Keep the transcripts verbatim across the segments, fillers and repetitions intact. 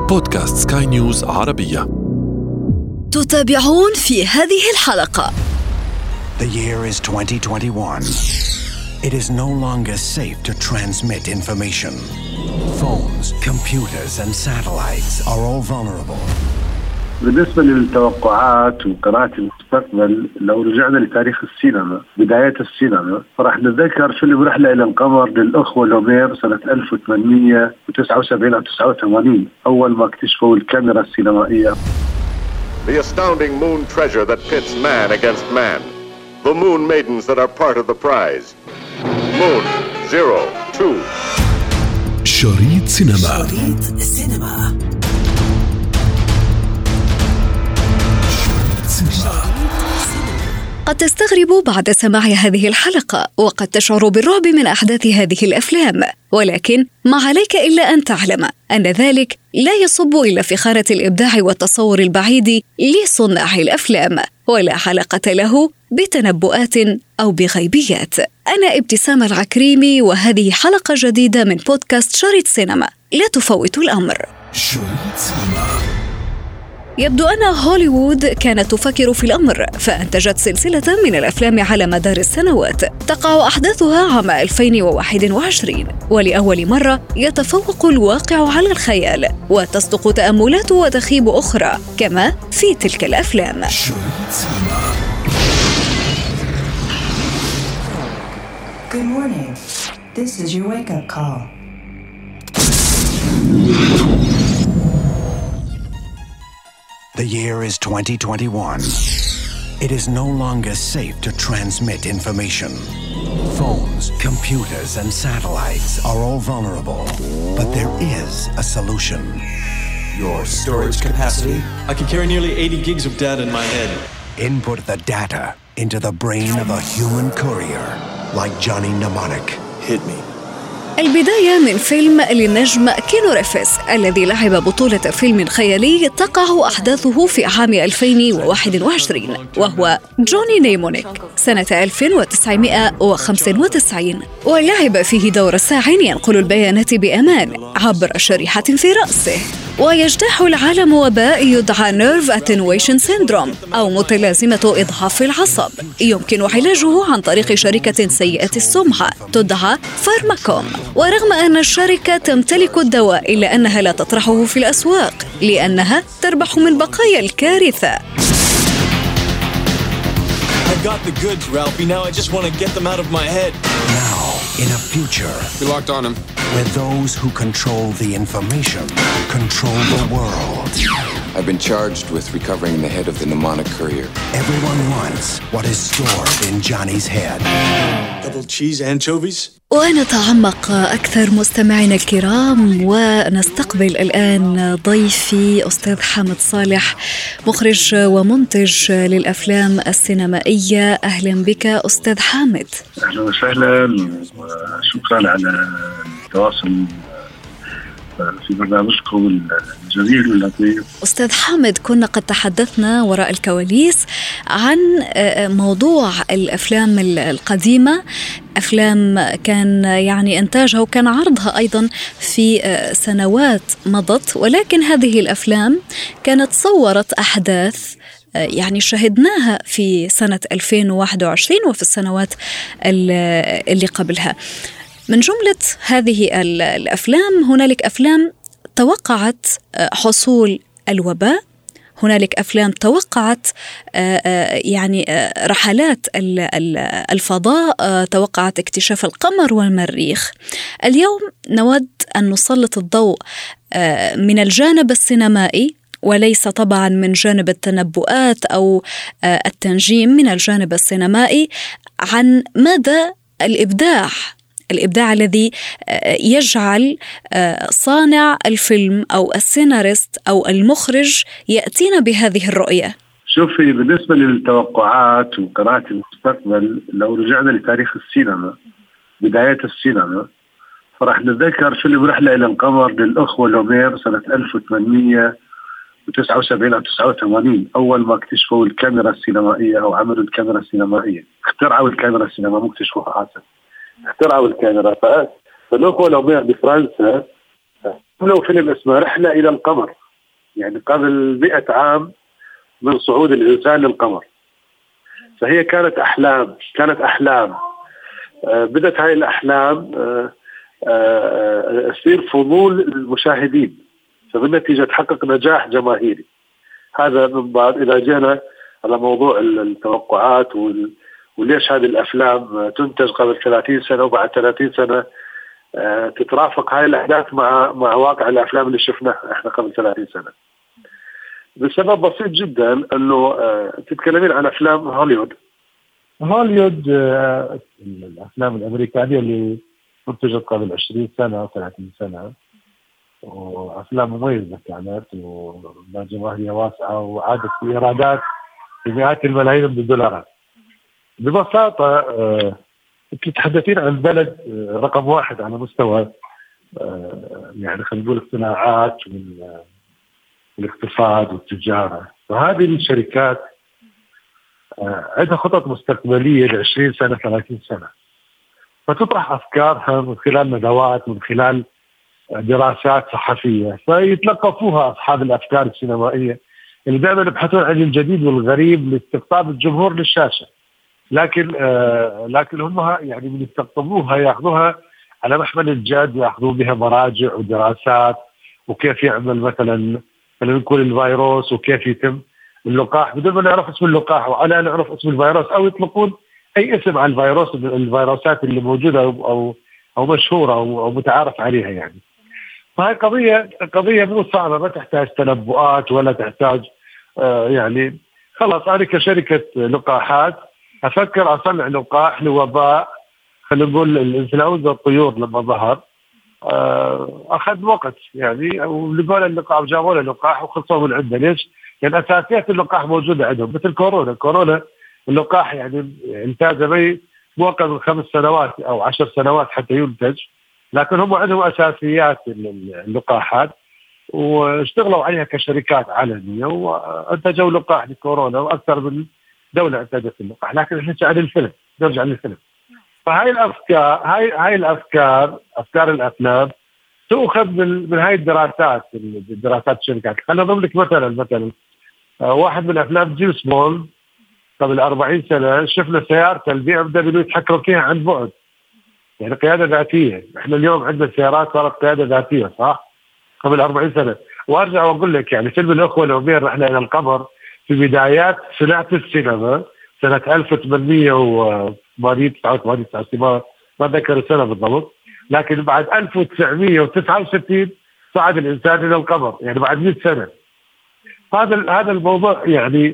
بودكاست سكاي نيوز عربية. تتابعون في هذه الحلقة. The year is twenty twenty-one. It is no longer safe to transmit information. Phones, computers and satellites are all vulnerable. بالنسبة للتوقعات وقراءة المستقبل، لو رجعنا لتاريخ السينما، بدايات السينما، فراح نتذكر فيلم رحلة إلى القمر للأخوة لومير سنة ألف وثمانمئة وتسعة وسبعين أو تسعة وثمانين، أول ما اكتشفوا الكاميرا السينمائية. The astounding moon treasure that pits man against man. The moon maidens that are part of the prize. Moon zero two. شريط سينما. شريط سينما. قد تستغرب بعد سماع هذه الحلقة، وقد تشعر بالرعب من أحداث هذه الأفلام، ولكن ما عليك إلا أن تعلم أن ذلك لا يصب إلا في خانة الإبداع والتصور البعيد لصناع الأفلام، ولا علاقة له بتنبؤات أو بغيبيات. أنا ابتسام العكريمي، وهذه حلقة جديدة من بودكاست شريط سينما. لا تفوتوا الأمر. شريط سينما. يبدو أن هوليوود كانت تفكر في الأمر، فأنتجت سلسلة من الأفلام على مدار السنوات تقع أحداثها عام ألفين وواحد وعشرين، ولأول مرة يتفوق الواقع على الخيال، وتصدق تأملات وتخيب أخرى كما في تلك الأفلام. Good morning. This is your wake-up call. The year is twenty twenty-one. It is no longer safe to transmit information. Phones, computers, and satellites are all vulnerable. But there is a solution. Your storage capacity? I can carry nearly eighty gigs of data in my head. Input the data into the brain of a human courier, like Johnny Mnemonic. Hit me. البداية من فيلم للنجم كينو ريفز الذي لعب بطولة فيلم خيالي تقع أحداثه في عام ألفين وواحد وعشرين، وهو جوني نيمونيك سنة ألف وتسعمئة وخمسة وتسعين، ولعب فيه دور ساعٍ ينقل البيانات بأمان عبر شريحة في رأسه. ويجتاح العالم وباء يدعى نيرف أتنويشن سيندروم أو متلازمة إضعاف العصب، يمكن علاجه عن طريق شركة سيئة السمعة تدعى فارماكوم. ورغم أن الشركة تمتلك الدواء إلا أنها لا تطرحه في الأسواق لأنها تربح من بقايا الكارثة. I got the goods, Ralphie. Now I just want to get them out of my head. Now, in a future, we locked on him, where those who control the information control the world. I've been charged with recovering the head of the mnemonic courier. Everyone wants what is stored in Johnny's head. Double cheese anchovies? ونتعمق أكثر مستمعينا الكرام، ونستقبل الآن ضيفي أستاذ حامد صالح، مخرج ومنتج للأفلام السينمائية. أهلا بك أستاذ حامد. أهلا وسهلا، وشكرا على التواصل في برنامجكم الجميل واللطيف. أستاذ حامد، كنا قد تحدثنا وراء الكواليس عن موضوع الأفلام القديمة، أفلام كان يعني إنتاجها وكان عرضها أيضا في سنوات مضت، ولكن هذه الأفلام كانت صورت أحداث يعني شهدناها في سنة ألفين وواحد وعشرين وفي السنوات اللي قبلها. من جملة هذه الأفلام هنالك أفلام توقعت حصول الوباء، هنالك أفلام توقعت يعني رحلات الفضاء، توقعت اكتشاف القمر والمريخ. اليوم نود أن نسلط الضوء من الجانب السينمائي، وليس طبعا من جانب التنبؤات أو التنجيم، من الجانب السينمائي، عن مدى الإبداع الإبداع الذي يجعل صانع الفيلم أو السيناريست أو المخرج يأتينا بهذه الرؤية. شوفي، بالنسبة للتوقعات وقراءة المستقبل، لو رجعنا لتاريخ السينما، بدايات السينما، فراح نتذكر فيلم رحلة إلى القمر للأخوة لومير سنة ألف وثمانمئة وتسعة وسبعين أو تسعة وثمانين، أول ما اكتشفوا الكاميرا السينمائية أو عملوا الكاميرا السينمائية، اخترعوا الكاميرا السينما، مو اكتشفوها، آسف اخترعوا الكاميرا. فالأخوة لومير بفرنسا له فيلم اسمه رحلة إلى القمر، يعني قبل مئة عام من صعود الإنسان للقمر. فهي كانت أحلام كانت أحلام آه بدأت هاي الأحلام آه آه يصير فضول المشاهدين، فبالنتيجة تحقق نجاح جماهيري. هذا من بعد إذا جينا على موضوع التوقعات وال... وليش هذه الأفلام تنتج قبل ثلاثين سنة وبعد ثلاثين سنة آه تترافق هاي الأحداث مع مع واقع الأفلام اللي شفناها إحنا قبل ثلاثين سنة. بسبب بسيط جدا أنه آه تتكلمين عن أفلام هوليوود. هوليوود آه الأفلام الأمريكانية اللي انتجت قبل عشرين سنة أو ثلاثين سنة، وأفلام مميزة كانت وجماهيرية واسعة وعادت بإيرادات بمئات الملايين من الدولارات. ببساطة آه تتحدثين عن بلد آه رقم واحد على مستوى آه يعني خلينا نقول الصناعات والاقتصاد والتجارة. وهذه الشركات آه عندها خطط مستقبلية لعشرين سنة ثلاثين سنة، فتطرح أفكارها من خلال ندوات، من خلال دراسات صحفية، فيتلقفوها أصحاب الأفكار السينمائية اللي دائما يبحثون عن الجديد والغريب لاستقطاب الجمهور للشاشة. لكن آه لكن هم يعني من يستقطبوها يأخذوها على محمل الجد، يأخذوا بها مراجع ودراسات وكيف يعمل مثلا نقول الفيروس وكيف يتم اللقاح بدون ما نعرف اسم اللقاح وعلى نعرف اسم الفيروس، أو يطلقون أي اسم على الفيروس الفيروسات اللي موجودة أو أو مشهورة أو, أو متعارف عليها يعني. فهي قضية قضية مو صعبة، ما تحتاج تنبؤات ولا تحتاج آه يعني خلاص أنا كشركة لقاحات أفكر أصنع لقاح لوباء خلينا نقول الإنفلونزا الطيور لما ظهر آه أخذ وقت يعني، ولقوا اللقاح وجابوا له لقاح وخلصوا من عنده. ليش؟ لأن يعني أساسيات اللقاح موجودة عندهم، مثل كورونا. كورونا اللقاح يعني انتاج بي مو أقل من خمس سنوات أو عشر سنوات حتى ينتج، لكن هم عندهم أساسيات اللقاحات واشتغلوا عليها كشركات عالمية وانتجوا لقاح لكورونا، وأكثر من دولة انتجت اللقاح. لكن احنا عن الفيلم نرجع للفيلم. فهاي الأفكار هاي هاي الأفكار أفكار الأفلام تؤخذ من من هاي الدراسات الدراسات الشركات. خلينا نضرب لك مثلا مثلا واحد من أفلام جيمس بوند قبل أربعين سنة شفنا سيارة البي ام دبليو يتحكم فيها عن بعد، يعني قيادة ذاتية. احنا اليوم عندنا سيارات صارت قيادة ذاتية صح؟ قبل أربعين سنة. وارجع واقول لك يعني فيلم الأخوة الأمير رحلة إلى القمر في بدايات صناعة السينما سنة ألف وثمانمئة وثمانين تسعة وثمانين ما ما ذكر السنة بالضبط، لكن بعد ألف وتسعمئة وتسعة وستين صعد الإنسان إلى القمر، يعني بعد مئة سنة. هذا هذا الموضوع يعني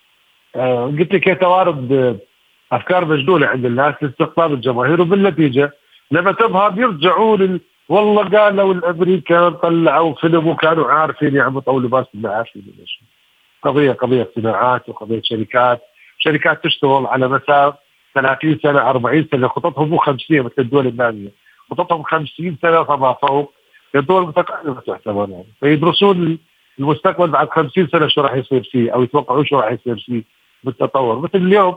آه قلت لك يتوارد أفكار مجنونة عند الناس لاستقطاب الجماهير، وبالنتيجة لما تظهر يرجعوا لل والله قالوا الأمريكان طلعوا فيلم وكانوا عارفين يعملوا طول باس ما عارفين ليش. قضية قضية صناعات وقضية شركات شركات تشتغل على مسار ثلاثين سنة أربعين سنة، خططهم مو خمسين مثل الدول النامية، خططهم خمسين سنة فما فوق. الدول المتقدمة تعتبر يعني فيدرسون المستقبل بعد خمسين سنة شو راح يصير فيه، أو يتوقعوا شو راح يصير فيه بالتطور. مثل اليوم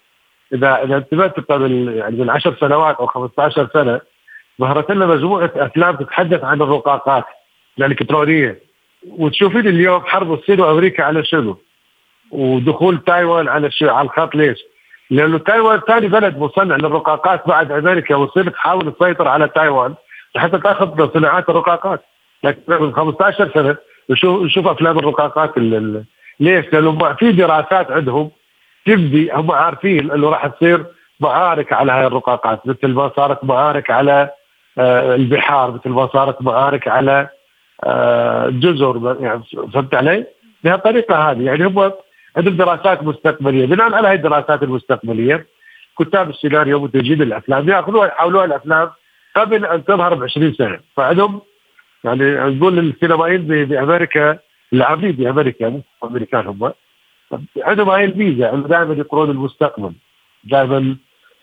إذا إذا انتبهت قبل يعني من عشر سنوات أو خمسة عشر سنة ظهرت لنا مجموعة أفلام تتحدث عن الرقاقات الإلكترونية، وتشوفين اليوم حرب الصين وأمريكا على شنو، ودخول تايوان على شو على الخط. ليش؟ لأنه تايوان ثاني بلد مصنع للرقاقات بعد أمريكا، والصين تحاول تسيطر على تايوان حتى تأخذ صناعات الرقاقات. لكن من خمسة عشر سنة نشوف نشوف أفلام الرقاقات. ليش؟ لأنه في دراسات عندهم تبدي هم عارفين انه راح تصير معارك على هاي الرقاقات، مثل ما صارت معارك على آه البحار، مثل ما صارت معارك على آه جزر، يعني فهمت علي؟ بهالطريقة هذه يعني هم عندهم دراسات مستقبلية. بناء على هاي الدراسات المستقبلية كتاب السيناريو ومنتجين الأفلام يأخذوها يحولوها الأفلام قبل أن تظهر بعشرين سنة. فعندهم يعني نقول السينمائيين بأمريكا العاملين بأمريكا مو أمريكان هم عندهم هاي الميزة انه دائما يقرون المستقبل، دائما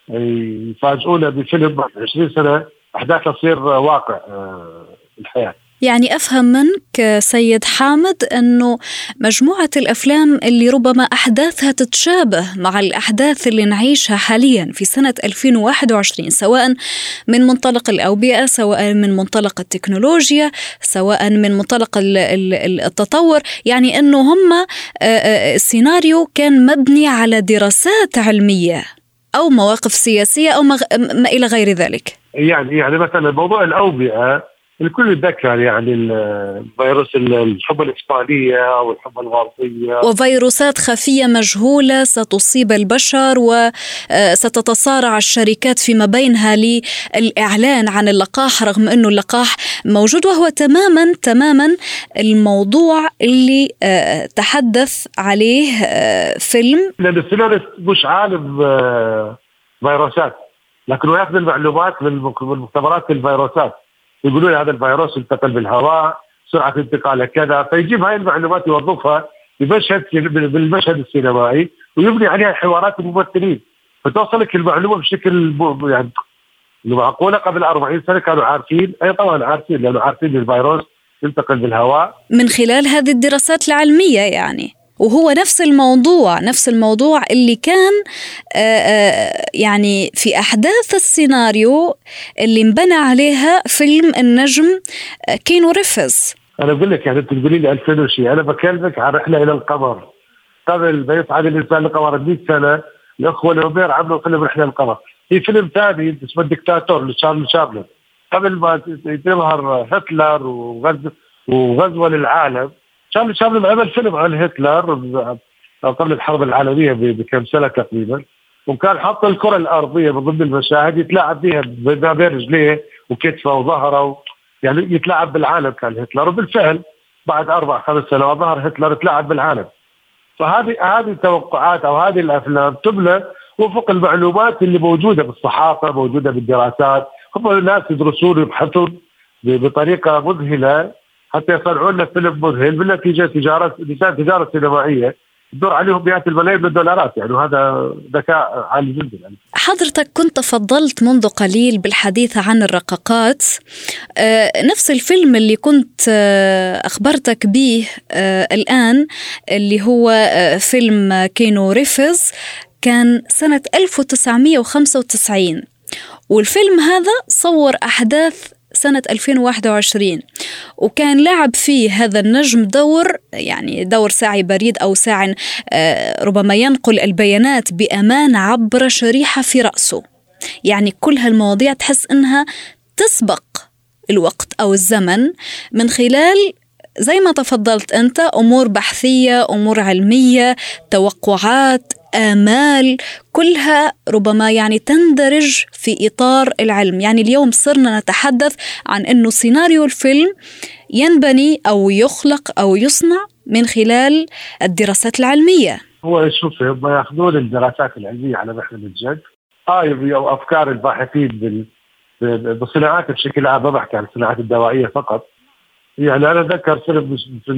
يفاجئونا بفيلم بعد عشرين سنة احداثها تصير واقع في الحياة. يعني أفهم منك سيد حامد أنه مجموعة الأفلام اللي ربما أحداثها تتشابه مع الأحداث اللي نعيشها حاليا في سنة ألفين وواحد وعشرين، سواء من منطلق الأوبئة، سواء من منطلق التكنولوجيا، سواء من منطلق التطور، يعني أنه هم السيناريو كان مبني على دراسات علمية أو مواقف سياسية أو ما إلى غير ذلك. يعني يعني مثلا موضوع الأوبئة الكل يتذكر، يعني الفيروس الحمى الإسبانية والحمى الغربية، وفيروسات خفية مجهولة ستصيب البشر وستتصارع الشركات فيما بينها للإعلان عن اللقاح، رغم أنه اللقاح موجود، وهو تماما تماما الموضوع اللي تحدث عليه فيلم. لأن السيناريست مش عالم فيروسات، لكنه يأخذ المعلومات من مختبرات الفيروسات، يقولون هذا الفيروس انتقل بالهواء، سرعة انتقاله كذا، فيجيب هاي المعلومات يوظفها بمشهد بالمشهد السينمائي ويبني عليها حوارات الممثلين، فتوصلك المعلومة بشكل يعني معقولة. قبل أربعين سنة كانوا عارفين، أي طبعا عارفين، لأنه عارفين الفيروس ينتقل بالهواء من خلال هذه الدراسات العلمية يعني. وهو نفس الموضوع نفس الموضوع اللي كان يعني في أحداث السيناريو اللي انبنى عليها فيلم النجم كينو ريفز. أنا أقول لك يعني أنت تقولي لي ألفين وشي، أنا بكلمك عن رحلة إلى القمر. قبل ما يصعد الإنسان للقمر مئة سنة الأخوة الأوبير عملوا فيلم رحلة للقمر. في فيلم ثاني اسمه الدكتاتور لتشارلي شابلن، قبل ما يظهر هتلر وغزو وغزوة للعالم، شارلي شابلن عمل فيلم عن هتلر قبل الحرب العالمية بكم سنة تقريبا، وكان حط الكرة الأرضية من ضمن المشاهد يتلاعب بها بين رجليه وكتفه وظهره، يعني يتلاعب بالعالم كان هتلر، وبالفعل بعد أربع خمس سنوات ظهر هتلر يتلاعب بالعالم. فهذه هذه التوقعات أو هذه الأفلام تبنى وفق المعلومات اللي موجودة بالصحافة، موجودة بالدراسات، هم الناس يدرسون ويبحثون بطريقة مذهلة حتى يصنعون لنا فيلم مذهل، بالنتيجة تجارة تجارة سينمائية تدور عليهم مئات الملايين من الدولارات، يعني هذا ذكاء عالي جدا. يعني حضرتك كنت تفضلت منذ قليل بالحديث عن الرقاقات، آه نفس الفيلم اللي كنت آه أخبرتك به آه الآن اللي هو آه فيلم كينو ريفز كان سنة ألف وتسعمئة وخمسة وتسعين، والفيلم هذا صور أحداث سنة ألفين وواحد وعشرين، وكان لعب فيه هذا النجم دور يعني دور ساعي بريد أو ساعي ربما ينقل البيانات بأمان عبر شريحة في رأسه. يعني كل هالمواضيع تحس إنها تسبق الوقت أو الزمن من خلال زي ما تفضلت أنت أمور بحثية، أمور علمية، توقعات، آمال، كلها ربما يعني تندرج في إطار العلم. يعني اليوم صرنا نتحدث عن أنه سيناريو الفيلم ينبني أو يخلق أو يصنع من خلال الدراسات العلمية. هو شوف هم يأخذون الدراسات العلمية على محمل الجد، آه أو أفكار الباحثين بالصناعات بشكل عام، ما بحكي عن الصناعات الدوائية فقط. يعني أنا أذكر فيلم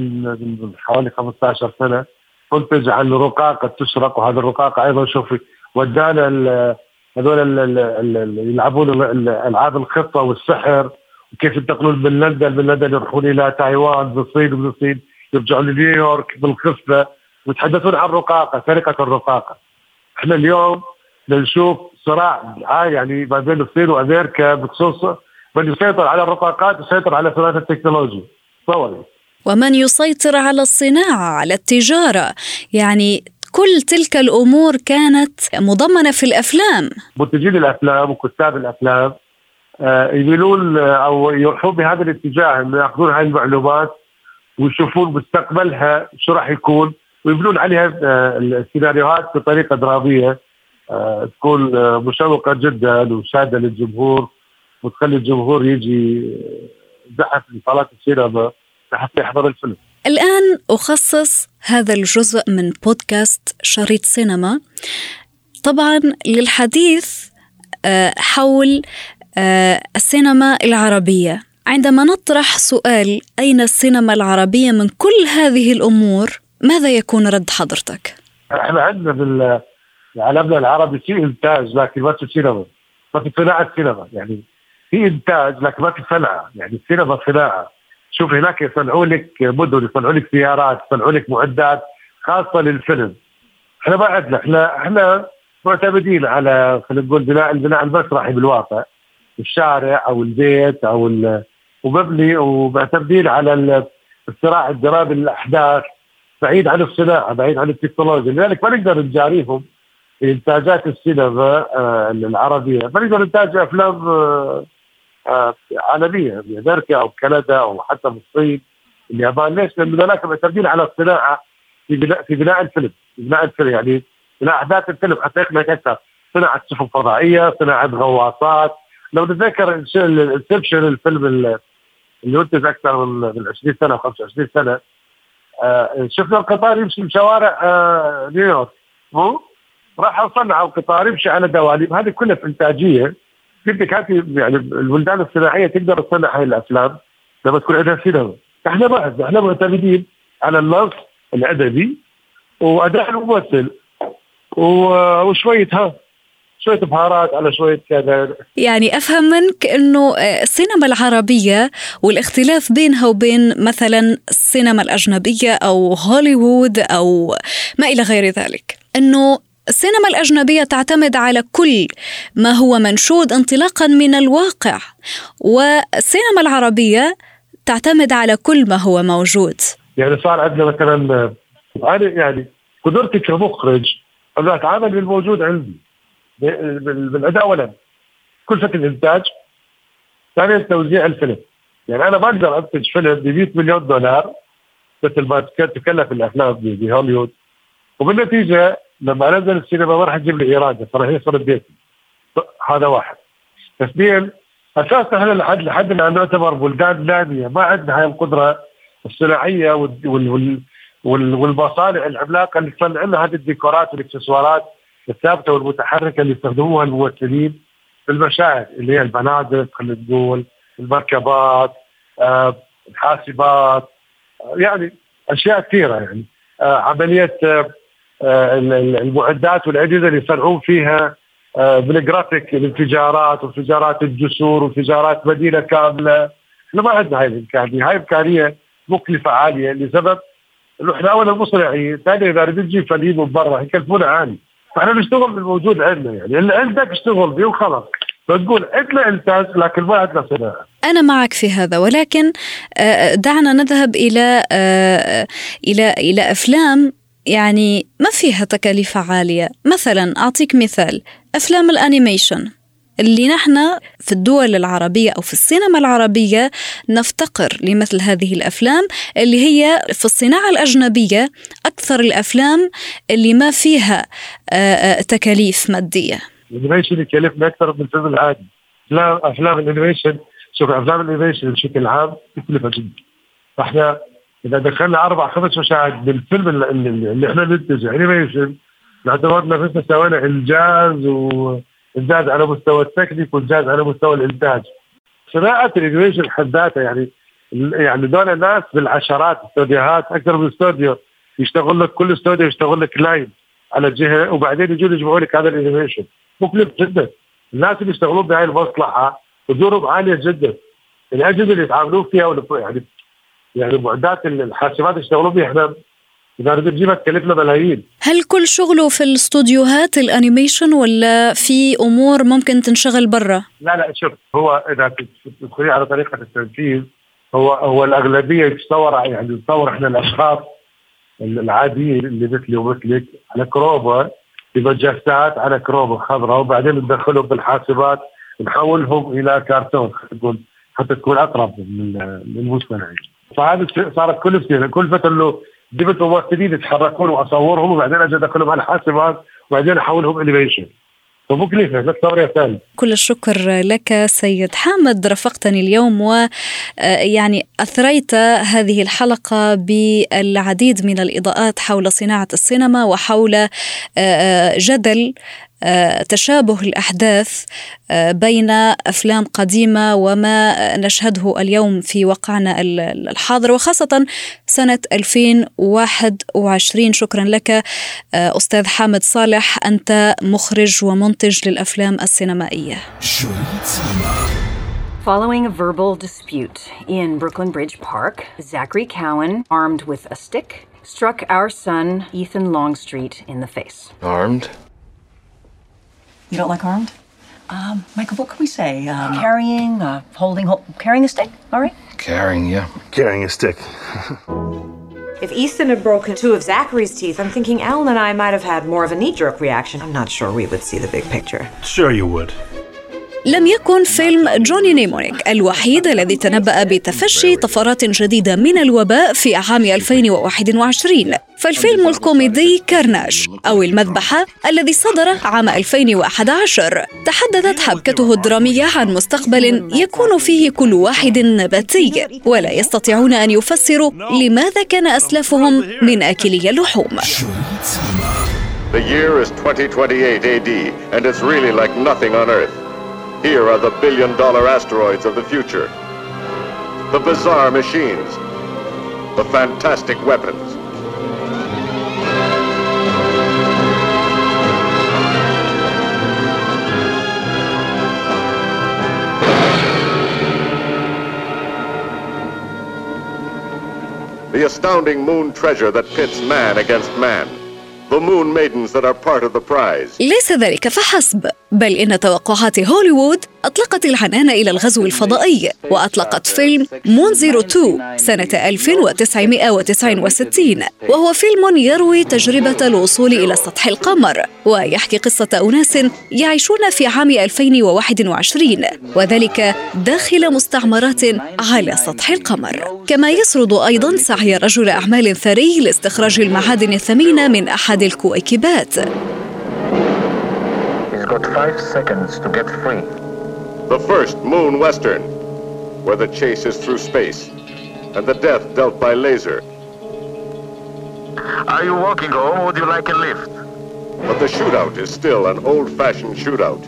من حوالي خمسة عشر سنة منتج عن رقاقة تسرق، وهذا الرقاقة أيضا شوفي ودانا هذول اللي يلعبون الألعاب الخطة والسحر، وكيف ينتقلون من لندن من لندن يروحون إلى تايوان بالصين، ومن الصين يرجعون لنيويورك بالخفة، ويتحدثون عن رقاقة، سرقة الرقاقة. إحنا اليوم نشوف صراع يعني ما بين الصين وأمريكا بخصوص من يسيطر على الرقاقات ويسيطر على صناعة التكنولوجيا. صوري ومن يسيطر على الصناعة، على التجارة، يعني كل تلك الأمور كانت مضمنة في الأفلام. منتجين الأفلام وكتاب الأفلام آه يميلون أو يروحون بهذا الاتجاه، إنه يأخذون هاي المعلومات ويشوفون مستقبلها شو راح يكون، ويبنون عليها آه السيناريوهات بطريقة درامية آه تكون آه مشوقة جدا وشادة للجمهور، وتخلي الجمهور يجي زحف لصالات السينما حتى يحضر الفيلم. الآن أخصص هذا الجزء من بودكاست شريط سينما طبعا للحديث حول السينما العربية. عندما نطرح سؤال أين السينما العربية من كل هذه الأمور، ماذا يكون رد حضرتك؟ احنا عندنا بالعالمنا العربي في إنتاج لكن ما في سينما، ما في صناعة سينما. يعني في إنتاج لكن ما في صناعة، يعني السينما صناعة. شوف هناك يصنعوا لك مدن، يصنعوا لك سيارات، يصنعوا لك معدات خاصة للفيلم. احنا ما عندنا، احنا احنا معتمدين على خلينا نقول بناء البناء المسرحي بالواقع، الشارع او البيت او ومبني، ومعتمدين على الصراع الدرامي للاحداث بعيد عن الصناعه، بعيد عن التكنولوجيا. لذلك ما نقدر نجاريهم في انتاجات السينما العربيه، ما نقدر ننتج افلام عالميه بامريكا او كندا او حتى بالصين اليابان. ليش؟ لان ذلك معتمدين على الصناعه في بناء في بناء الفيلم، في بناء الفيلم يعني بناء احداث الفيلم حتى يخلق اكثر صناعه سفن فضائيه، صناعه غواصات. لو نتذكر انسبشن الفيلم اللي ينتج اكثر من عشرين سنه خمسة وعشرين سنه، آه شفنا القطار يمشي بشوارع آه نيويورك، مو راح صنعوا القطار يمشي على دواليب. هذه كلها في انتاجيه. بدك هذه يعني البلدان الصناعيه تقدر تصنع هاي الافلام لما تكون عندها سينما. احنا ما احنا معتمدين على النص الادبي واداء الممثل وشويه ها شوية بهارات على شوية كذا. يعني أفهم منك أنه السينما العربية والاختلاف بينها وبين مثلا السينما الأجنبية أو هوليوود أو ما إلى غير ذلك، أنه السينما الأجنبية تعتمد على كل ما هو منشود انطلاقا من الواقع، والسينما العربية تعتمد على كل ما هو موجود. يعني صار عندنا مثلا أنا يعني قدرتي كمخرج أنا أتعامل بالموجود عندي بالأداء أولا، كلفة الإنتاج، ثانيا توزيع الفيلم. يعني أنا ما أقدر أنتج فيلم بمئة مليون دولار مثل ما تكلف الأفلام بهوليوود، وبالنتيجة لما أنزل السينما ما راح تجيب لي إيراد، فراح يصير بيتي. هذا واحد. اثنين، أساسا احنا لحد لحد الآن نعتبر بلدان نامية، ما عندنا هاي القدرة الصناعية وال وال وال والمصانع العملاقة اللي تصنع لنا هذه الديكورات والاكسسوارات الثابتة والمتحركة اللي يستخدموها الممثلين في المشاهد، اللي هي البنادق خلينا نقول، المركبات، آه، الحاسبات، آه، يعني أشياء كثيرة. يعني آه، عملية آه، المعدات والأجهزة اللي يصنعون فيها آه، بالجرافيك، الانفجارات وانفجارات الجسور وانفجارات مدينة كاملة. احنا ما عندنا هاي الإمكانية، هاي إمكانية مكلفة عالية لسبب إنه إحنا أولا مصنعين، ثانيا إذا بدنا نجيب فنيين من برا يكلفونا عالي، فاحنا نشتغل بالموجود عندنا. يعني اللي عندك اشتغل بيه وخلاص، فتقول عندنا انتاج لكن ما عندنا صناعه. انا معك في هذا، ولكن دعنا نذهب الى الى الى افلام يعني ما فيها تكاليف عاليه. مثلا اعطيك مثال، افلام الانيميشن اللي نحن في الدول العربية أو في السينما العربية نفتقر لمثل هذه الأفلام اللي هي في الصناعة الأجنبية أكثر الأفلام اللي ما فيها تكاليف مادية. الانيميشن يكلفنا أكثر من الفيلم العادي. لا أفلام الانيميشن، شوف أفلام الانيميشن بشكل عام تكلفة جدا. فإحنا إذا دخلنا أربع خمس مشاهد بالفيلم اللي, اللي إحنا ننتج انيميشن نعتبرنا مثل سوينا إنجاز و إنجاز على مستوى التكنيك وإنجاز على مستوى الإنتاج. صناعة الانيميشن حد ذاتها يعني يعني دول الناس بالعشرات استوديوهات، أكثر من استوديو يشتغل لك، كل استوديو يشتغل لك لاين على جهة، وبعدين يجون يجمعوا لك هذا الانيميشن. مكلف جدا. الناس اللي يشتغلون بهاي المصلحة أجورهم عالية جدا. الأجهزة اللي يتعاملون فيها يعني يعني معدات الحاسبات يشتغلون بها احنا إذا بدنا نجيبها تكلفنا ملايين. هل كل شغله في الاستوديوهات الانيميشن ولا في امور ممكن تنشغل برا؟ لا لا شوف، هو اذا تدخلي على طريقه التنفيذ هو هو الاغلبيه يتصور يعني نتصور احنا الاشخاص العاديين اللي مثلي ومثلك على كروبا بمجسات على كروبا خضراء، وبعدين ندخلهم بالحاسبات نحولهم الى كرتون تقول حتى تكون اقرب للمستمعين. فهذا صارت كل سنه كل فتره له جبت ممثلين يتحركون واصورهم وبعدين اجي ادخلهم على حاسبات وبعدين احولهم انيميشن. فمكلفه لا تصور ثاني. كل الشكر لك سيد حامد، رافقتني اليوم ويعني اثريت هذه الحلقه بالعديد من الاضاءات حول صناعه السينما وحول جدل تشابه الأحداث بين أفلام قديمة وما نشهده اليوم في واقعنا الحاضر وخاصة سنة ألفين وواحد وعشرين. شكرا لك أستاذ حامد صالح، أنت مخرج ومنتج للأفلام السينمائية. شريط سينما. Following a verbal dispute in Brooklyn Bridge Park, Zachary Cowan, armed with a stick, struck our son Ethan Longstreet in the face. Armed? You don't like armed? Um, Michael, what can we say? Um, carrying, uh, holding, hold, carrying a stick, all right? Carrying, yeah. Carrying a stick. If Ethan had broken two of Zachary's teeth, I'm thinking Alan and I might have had more of a knee-jerk reaction. I'm not sure we would see the big picture. Sure you would. لم يكن فيلم جوني نيمونيك الوحيد الذي تنبأ بتفشي طفرات جديدة من الوباء في عام ألفين وواحد وعشرين، فالفيلم الكوميدي كارناج أو المذبحة الذي صدر عام ألفين وأحد عشر تحدثت حبكته الدرامية عن مستقبل يكون فيه كل واحد نباتي ولا يستطيعون أن يفسروا لماذا كان أسلافهم من أكلي اللحوم. The year is twenty twenty-eight A D and it's really like nothing on Earth. Here are the billion-dollar asteroids of the future, the bizarre machines, the fantastic weapons. The astounding moon treasure that pits man against man. The moon maidens that are part of the prize. ليس ذلك فحسب، بل إن توقعات هوليوود أطلقت العنان إلى الغزو الفضائي، وأطلقت فيلم مون زيرو تو سنة ألف وتسعمائة وتسعة وستين، وهو فيلم يروي تجربة الوصول إلى سطح القمر، ويحكي قصة أناس يعيشون في عام ألفين وواحد وعشرين، وذلك داخل مستعمرات على سطح القمر. كما يسرد أيضاً سعي رجل أعمال ثري لاستخراج المعادن الثمينة من أحد الكويكبات. Got five seconds to get free. The first moon western, where the chase is through space and the death dealt by laser. Are you walking home or would you like a lift? But the shootout is still an old-fashioned shootout.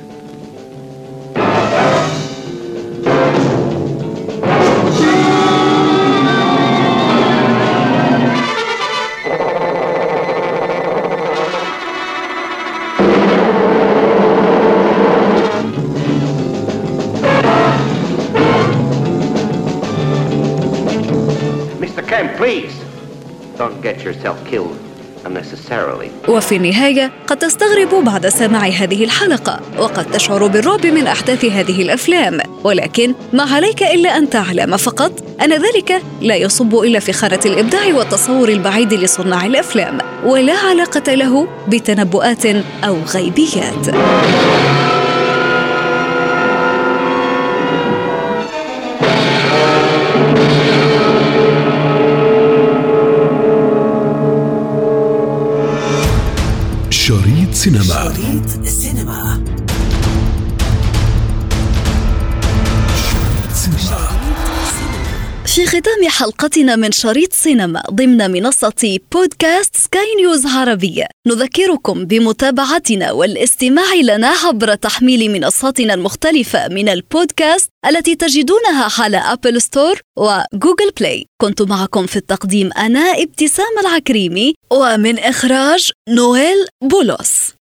Please don't get yourself killed unnecessarily. وفي النهاية قد تستغرب بعد سماع هذه الحلقة وقد تشعر بالرعب من أحداث هذه الأفلام، ولكن ما عليك إلا أن تعلم فقط أن ذلك لا يصب إلا في خانة الإبداع والتصور البعيد لصناع الأفلام، ولا علاقة له بتنبؤات أو غيبيات. شريط سينما. شريط سينما. في ختام حلقتنا من شريط سينما ضمن منصة بودكاست سكاي نيوز عربية، نذكركم بمتابعتنا والاستماع لنا عبر تحميل منصاتنا المختلفة من البودكاست التي تجدونها على أبل ستور وجوجل بلاي. كنت معكم في التقديم أنا ابتسام العكريمي، ومن إخراج نويل بولوس.